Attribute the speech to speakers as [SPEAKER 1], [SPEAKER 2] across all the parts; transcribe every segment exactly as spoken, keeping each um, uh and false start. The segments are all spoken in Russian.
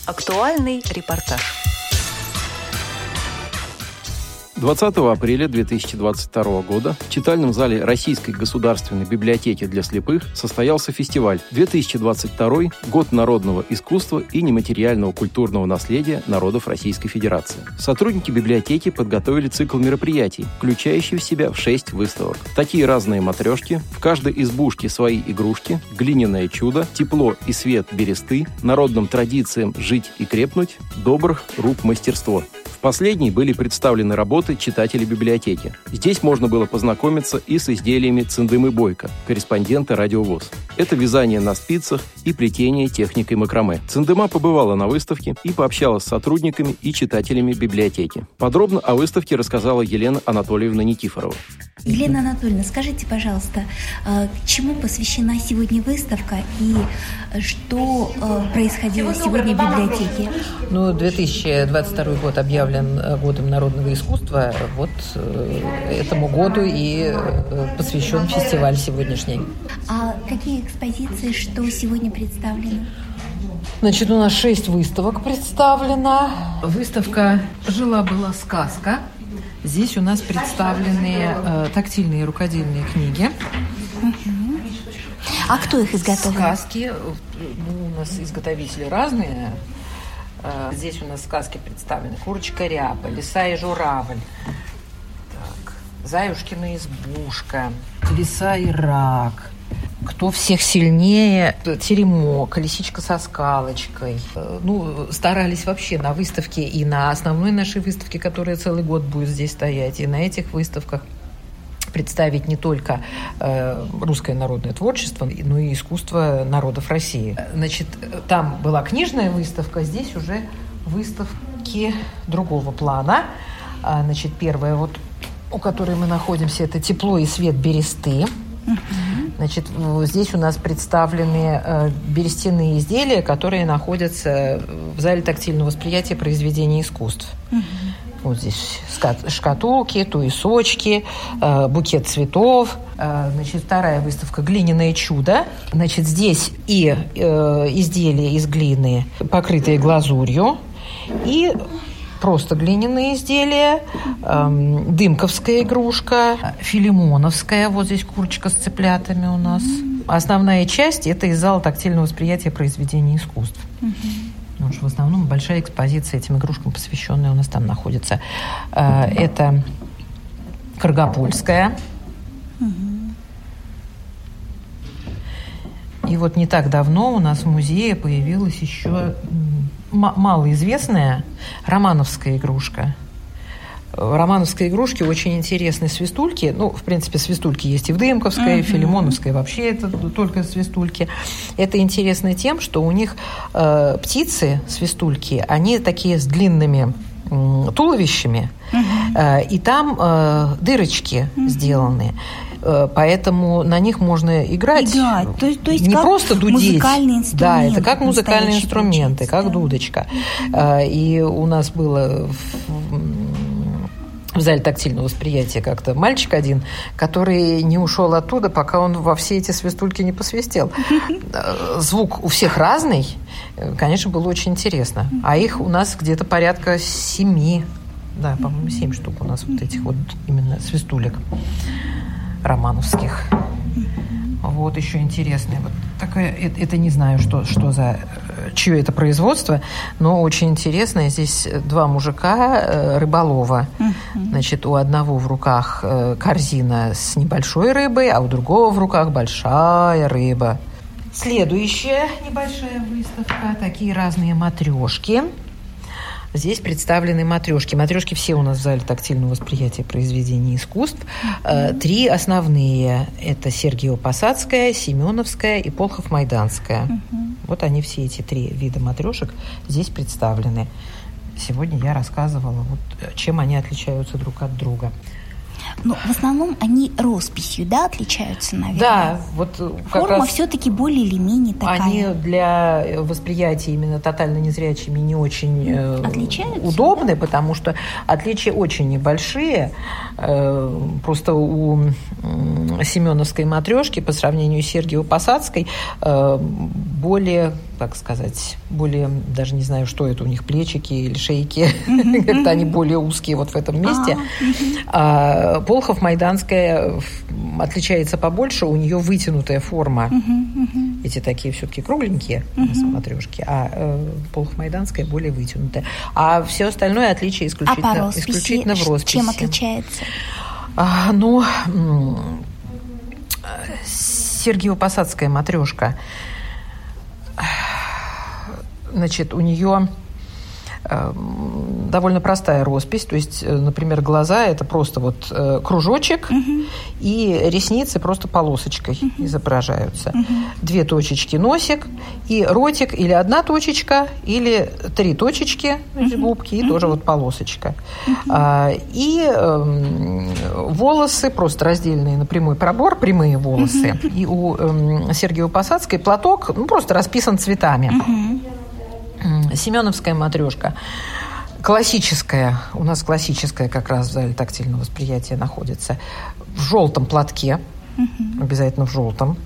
[SPEAKER 1] Актуальный репортаж.
[SPEAKER 2] двадцатого апреля две тысячи двадцать второго года в читальном зале Российской государственной библиотеки для слепых состоялся фестиваль две тысячи двадцать второй Год народного искусства и нематериального культурного наследия народов Российской Федерации. Сотрудники библиотеки подготовили цикл мероприятий, включающий в себя шесть выставок. Такие разные матрешки, в каждой избушке свои игрушки, глиняное чудо, тепло и свет бересты, народным традициям жить и крепнуть, добрых рук мастерство. В последней были представлены работы читателей библиотеки. Здесь можно было познакомиться и с изделиями Цендымы Бойко, корреспондента «Радио ВОС». Это вязание на спицах и плетение техникой макраме. Цендыма побывала на выставке и пообщалась с сотрудниками и читателями библиотеки. Подробно о выставке рассказала Елена Анатольевна Никифорова.
[SPEAKER 3] Елена Анатольевна, скажите, пожалуйста, чему посвящена сегодня выставка и что происходило сегодня в библиотеке?
[SPEAKER 4] Ну, две тысячи двадцать второй год объявлен годом народного искусства. Вот этому году и посвящен фестиваль сегодняшний.
[SPEAKER 3] А какие экспозиции, что сегодня представлено?
[SPEAKER 4] Значит, у нас шесть выставок представлено. Выставка «Жила-была сказка». Здесь у нас представлены э, тактильные рукодельные книги.
[SPEAKER 3] Uh-huh. А кто их изготовил?
[SPEAKER 4] Сказки. Ну, у нас изготовители разные. Э, здесь у нас сказки представлены. «Курочка Ряба», «Лиса и журавль», так, «Заюшкина избушка», «Лиса и рак», «Кто всех сильнее», «Теремок», «Лисичка со скалочкой». Ну, старались вообще на выставке и на основной нашей выставке, которая целый год будет здесь стоять, и на этих выставках представить не только э, русское народное творчество, но и искусство народов России. Значит, там была книжная выставка, здесь уже выставки другого плана. А, значит, первая, вот, у которой мы находимся, это «Тепло и свет бересты». Значит, здесь у нас представлены э, берестяные изделия, которые находятся в зале тактильного восприятия произведений искусств. Uh-huh. Вот здесь шкатулки, туесочки, э, букет цветов. Э, значит, вторая выставка «Глиняное чудо». Значит, здесь и э, изделия из глины, покрытые глазурью, и просто глиняные изделия, эм, дымковская игрушка, филимоновская, вот здесь курочка с цыплятами у нас. Основная часть – это из зала тактильного восприятия произведений искусств. Mm-hmm. Потому что в основном большая экспозиция этим игрушкам посвященная у нас там находится. Э, это Каргопольская. Mm-hmm. И вот не так давно у нас в музее появилась еще малоизвестная романовская игрушка. В романовской игрушке очень интересные свистульки. Ну, в принципе, свистульки есть и в Дымковской, и в Филимоновской. Вообще это только свистульки. Это интересно тем, что у них э, птицы, свистульки, они такие с длинными э, туловищами, э, и там э, дырочки сделаны. Поэтому на них можно играть,
[SPEAKER 3] играть. То, то есть
[SPEAKER 4] не просто дудеть.
[SPEAKER 3] Музыкальные инструменты.
[SPEAKER 4] Да, это как музыкальные инструменты, как да. дудочка. И у нас было в, в зале тактильного восприятия как-то мальчик один, который не ушел оттуда, пока он во все эти свистульки не посвистел. Звук у всех разный, конечно, было очень интересно. А их у нас где-то порядка семи, да, по-моему, семь штук у нас вот этих вот именно свистулек романовских. Вот еще интересное. Вот такое, это, это не знаю, что, что за, чье это производство, но очень интересное. Здесь два мужика рыболова. Uh-huh. Значит, у одного в руках корзина с небольшой рыбой, а у другого в руках большая рыба. Следующая небольшая выставка. Такие разные матрешки. Здесь представлены матрешки. Матрешки все у нас в зале тактильного восприятия произведений искусств. Mm-hmm. Три основные. Это Сергиево-Посадская, Семеновская и Полхов-Майданская. Mm-hmm. Вот они, все эти три вида матрешек здесь представлены. Сегодня я рассказывала, вот, чем они отличаются друг от друга.
[SPEAKER 3] Но в основном они росписью, да, отличаются, наверное?
[SPEAKER 4] Да, вот как
[SPEAKER 3] форма
[SPEAKER 4] раз
[SPEAKER 3] все-таки более или менее такая.
[SPEAKER 4] Они для восприятия именно тотально незрячими не очень удобны, да? Потому что отличия очень небольшие. Просто у семеновской матрешки по сравнению с Сергиево-Посадской более, как сказать, более, даже не знаю, что это у них, плечики или шейки, как-то они более узкие вот в этом месте. А Полхов-Майданская отличается побольше, у нее вытянутая форма. Эти такие все-таки кругленькие матрешки, а Полхов-Майданская более вытянутая. А все остальное отличие исключительно,
[SPEAKER 3] а по росписи,
[SPEAKER 4] исключительно в росписи.
[SPEAKER 3] Чем отличается?
[SPEAKER 4] А, ну, Сергиево-Посадская матрешка, значит, у нее довольно простая роспись. То есть, например, глаза – это просто вот кружочек, uh-huh. и ресницы просто полосочкой uh-huh. изображаются. Uh-huh. Две точечки – носик, и ротик или одна точечка, или три точечки, uh-huh. губки, и uh-huh. тоже вот полосочка. Uh-huh. А, и э, волосы просто раздельные на прямой пробор, прямые волосы. Uh-huh. И у э, Сергиево-Посадской платок ну, просто расписан цветами. Uh-huh. Семеновская матрешка классическая, у нас классическая как раз в зале тактильного восприятия находится в желтом платке, uh-huh. обязательно в желтом,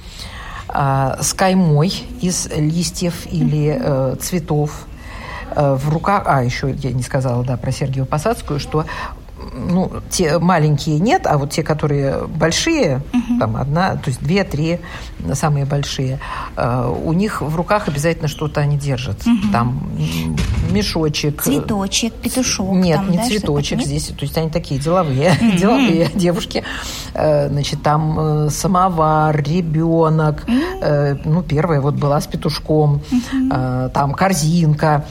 [SPEAKER 4] а, с каймой из листьев или э, цветов э, в руках. А, еще я не сказала, да, про Сергиево-Посадскую, что ну, те маленькие нет, а вот те, которые большие, uh-huh. там одна, то есть две, три, самые большие, э, у них в руках обязательно что-то они держат. Uh-huh. Там мешочек.
[SPEAKER 3] Цветочек, петушок.
[SPEAKER 4] Нет,
[SPEAKER 3] там,
[SPEAKER 4] не
[SPEAKER 3] да,
[SPEAKER 4] цветочек здесь, то есть они такие деловые, uh-huh. деловые девушки. Э, значит, там э, самовар, ребенок. Uh-huh. Э, ну, первая вот была с петушком. Uh-huh. Э, там корзинка.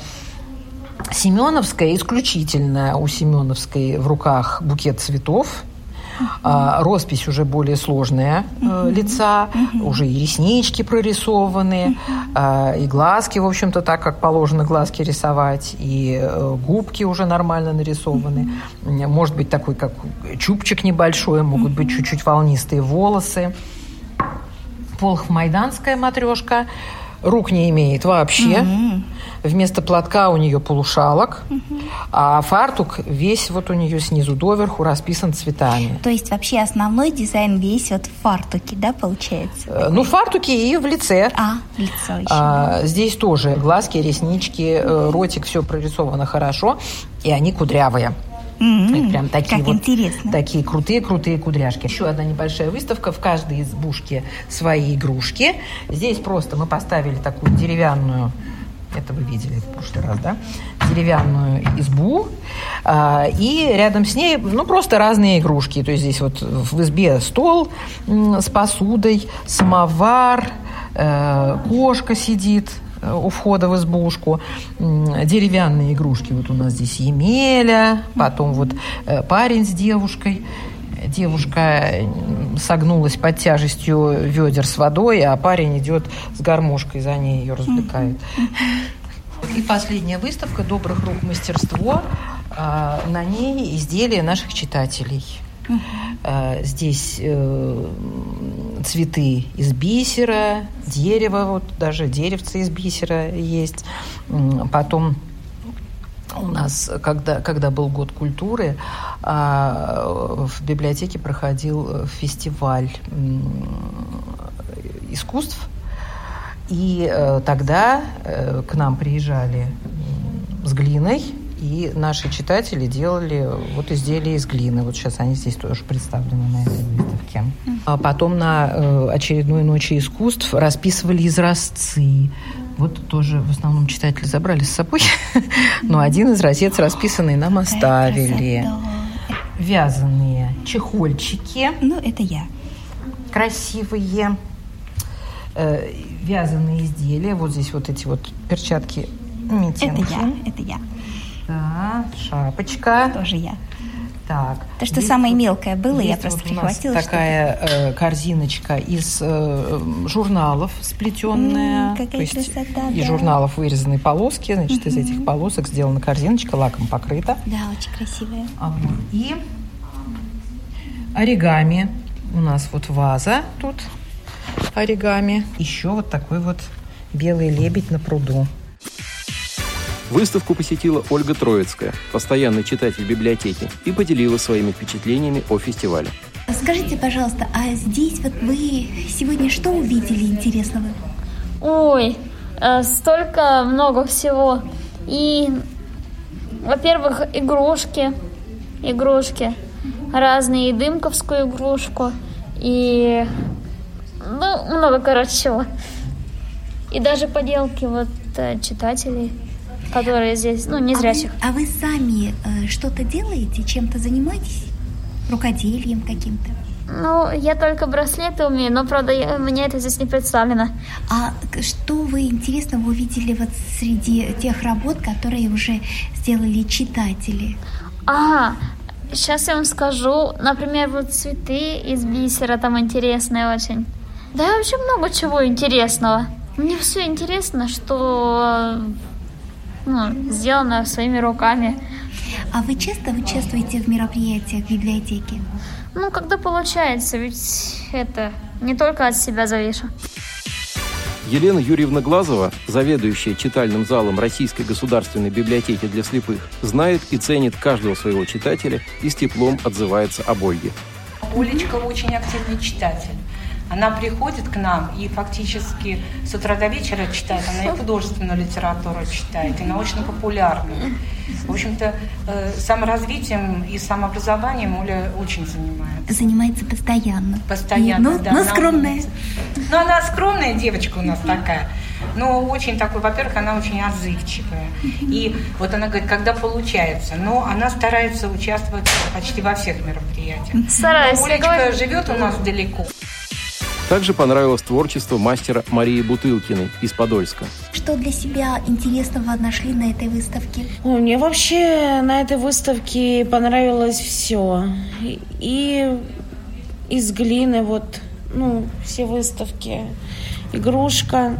[SPEAKER 4] Семеновская исключительно у Семеновской в руках букет цветов. Uh-huh. А, роспись уже более сложная uh-huh. э, лица, uh-huh. уже и реснички прорисованы, uh-huh. а, и глазки, в общем-то, так, как положено глазки рисовать, и э, губки уже нормально нарисованы. Uh-huh. Может быть, такой, как чубчик небольшой, могут uh-huh. быть чуть-чуть волнистые волосы. Полхов-Майданская матрешка рук не имеет вообще. Uh-huh. Вместо платка у нее полушалок, uh-huh. а фартук весь вот у нее снизу доверху расписан цветами.
[SPEAKER 3] То есть вообще основной дизайн весь вот в фартуке, да, получается?
[SPEAKER 4] Э, ну, в фартуке и в лице.
[SPEAKER 3] А, в лицо еще.
[SPEAKER 4] А, здесь тоже глазки, реснички, э, ротик, все прорисовано хорошо, и они кудрявые.
[SPEAKER 3] Mm-hmm.
[SPEAKER 4] Прям такие
[SPEAKER 3] как
[SPEAKER 4] вот,
[SPEAKER 3] интересно.
[SPEAKER 4] Такие крутые-крутые кудряшки. Еще одна небольшая выставка. В каждой избушке свои игрушки. Здесь просто мы поставили такую деревянную, это вы видели в прошлый раз, да? Деревянную избу. А, и рядом с ней, ну, просто разные игрушки. То есть здесь вот в избе стол м, с посудой, самовар, э, кошка сидит у входа в избушку, деревянные игрушки. Вот у нас здесь Емеля, потом вот парень с девушкой. Девушка согнулась под тяжестью ведер с водой, а парень идет с гармошкой, за ней ее развлекает. И последняя выставка «Добрых рук мастерство». На ней изделия наших читателей. Uh-huh. Здесь э, цветы из бисера, дерево, вот даже деревце из бисера есть. Потом у нас, когда, когда был год культуры, э, в библиотеке проходил фестиваль э, искусств. И э, тогда э, к нам приезжали э, с глиной, и наши читатели делали вот изделия из глины. Вот сейчас они здесь тоже представлены на этой выставке. А потом на э, очередной ночи искусств расписывали изразцы. Вот тоже в основном читатели забрали с собой. Но один изразец расписанный нам оставили. Вязаные чехольчики.
[SPEAKER 3] Ну, это я.
[SPEAKER 4] Красивые. Э, вязаные изделия. Вот здесь вот эти вот перчатки.
[SPEAKER 3] Это я, это я.
[SPEAKER 4] Да, шапочка.
[SPEAKER 3] Тоже я.
[SPEAKER 4] Так.
[SPEAKER 3] То, что самое мелкое было, я просто
[SPEAKER 4] вот
[SPEAKER 3] прихватила.
[SPEAKER 4] У нас такая э, корзиночка из э, журналов сплетенная.
[SPEAKER 3] Mm, какая красота,
[SPEAKER 4] из
[SPEAKER 3] да.
[SPEAKER 4] журналов вырезаны полоски. Значит, mm-hmm. из этих полосок сделана корзиночка, лаком покрыта.
[SPEAKER 3] Да, очень красивая.
[SPEAKER 4] А, и оригами. У нас вот ваза тут оригами. Еще вот такой вот белый лебедь на пруду.
[SPEAKER 2] Выставку посетила Ольга Троицкая, постоянный читатель библиотеки, и поделилась своими впечатлениями о фестивале.
[SPEAKER 3] Скажите, пожалуйста, а здесь вот вы сегодня что увидели интересного?
[SPEAKER 1] Ой, столько много всего. И, во-первых, игрушки, игрушки, разные, и дымковскую игрушку, и, ну, много, короче, чего. И даже поделки вот читателей, которые здесь, ну, незрячих.
[SPEAKER 3] А вы, а вы сами э, что-то делаете, чем-то занимаетесь? Рукоделием каким-то?
[SPEAKER 1] Ну, я только браслеты умею, но, правда, я, мне это здесь не представлено.
[SPEAKER 3] А что вы интересного увидели вот среди тех работ, которые уже сделали читатели?
[SPEAKER 1] Ага, сейчас я вам скажу. Например, вот цветы из бисера, там интересные очень. Да и вообще много чего интересного. Мне все интересно, что, ну, сделано своими руками.
[SPEAKER 3] А вы часто участвуете в мероприятиях библиотеки?
[SPEAKER 1] Ну, когда получается, ведь это не только от себя завишу.
[SPEAKER 2] Елена Юрьевна Глазова, заведующая читальным залом Российской государственной библиотеки для слепых, знает и ценит каждого своего читателя и с теплом отзывается об Ольге.
[SPEAKER 5] Олечка очень активный читатель. Она приходит к нам и фактически с утра до вечера читает. Она и художественную литературу читает, и научно-популярную. В общем-то, саморазвитием и самообразованием Оля очень занимается.
[SPEAKER 3] Занимается постоянно.
[SPEAKER 5] Постоянно,
[SPEAKER 3] и, ну,
[SPEAKER 5] да.
[SPEAKER 3] Но скромная.
[SPEAKER 5] Ну, она скромная девочка у нас такая. Но очень такой, во-первых, она очень отзывчивая. И вот она говорит, когда получается. Но она старается участвовать почти во всех мероприятиях.
[SPEAKER 1] Стараюсь.
[SPEAKER 5] Олечка живет у нас далеко.
[SPEAKER 2] Также понравилось творчество мастера Марии Бутылкиной из Подольска.
[SPEAKER 3] Что для себя интересного нашли на этой выставке?
[SPEAKER 6] Ой, мне вообще на этой выставке понравилось все. И из глины, вот, ну, все выставки. Игрушка,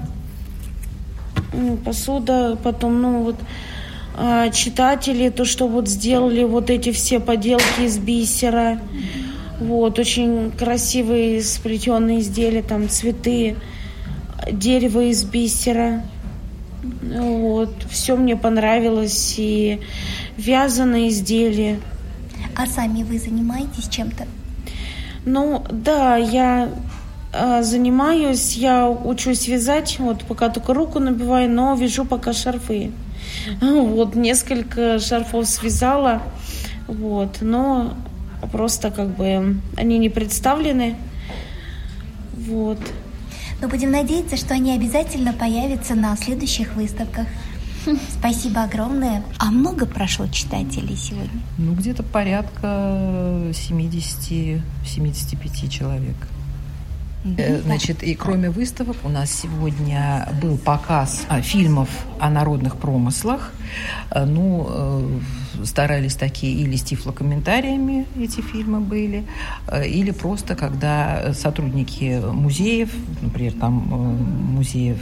[SPEAKER 6] посуда, потом, ну, вот, читатели, то, что вот сделали вот эти все поделки из бисера. Вот, очень красивые сплетенные изделия, там цветы, дерево из бисера. Вот, все мне понравилось, и вязаные изделия.
[SPEAKER 3] А сами вы занимаетесь чем-то?
[SPEAKER 6] Ну, да, я э, занимаюсь, я учусь вязать, вот, пока только руку набиваю, но вяжу пока шарфы. Вот, несколько шарфов связала, вот, но... Просто как бы они не представлены. Вот.
[SPEAKER 3] Но будем надеяться, что они обязательно появятся на следующих выставках. Спасибо огромное. А много прошло читателей сегодня?
[SPEAKER 4] Ну, где-то порядка семьдесят-семьдесят пять человек.
[SPEAKER 3] Да.
[SPEAKER 4] Значит, и кроме выставок у нас сегодня был показ фильмов о народных промыслах. Ну, старались такие или с тифлокомментариями эти фильмы были, или просто когда сотрудники музеев, например, там музеев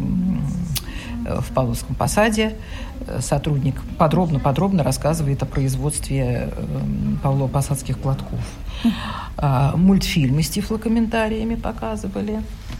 [SPEAKER 4] в Павловском посаде, сотрудник подробно-подробно рассказывает о производстве павлово-посадских платков. Мультфильмы с тифлокомментариями показывали.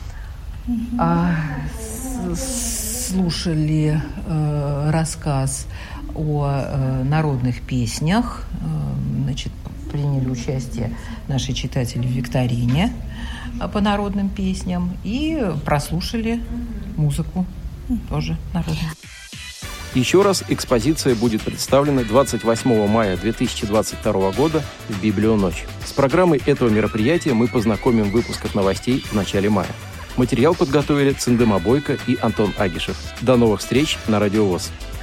[SPEAKER 4] Слушали рассказ о народных песнях. Значит, приняли участие наши читатели в викторине по народным песням и прослушали музыку тоже народную.
[SPEAKER 2] Еще раз экспозиция будет представлена двадцать восьмого мая две тысячи двадцать второго года в Библионочь. С программой этого мероприятия мы познакомим в выпусках новостей в начале мая. Материал подготовили Циндема Бойко и Антон Агишев. До новых встреч на Радио ВОС.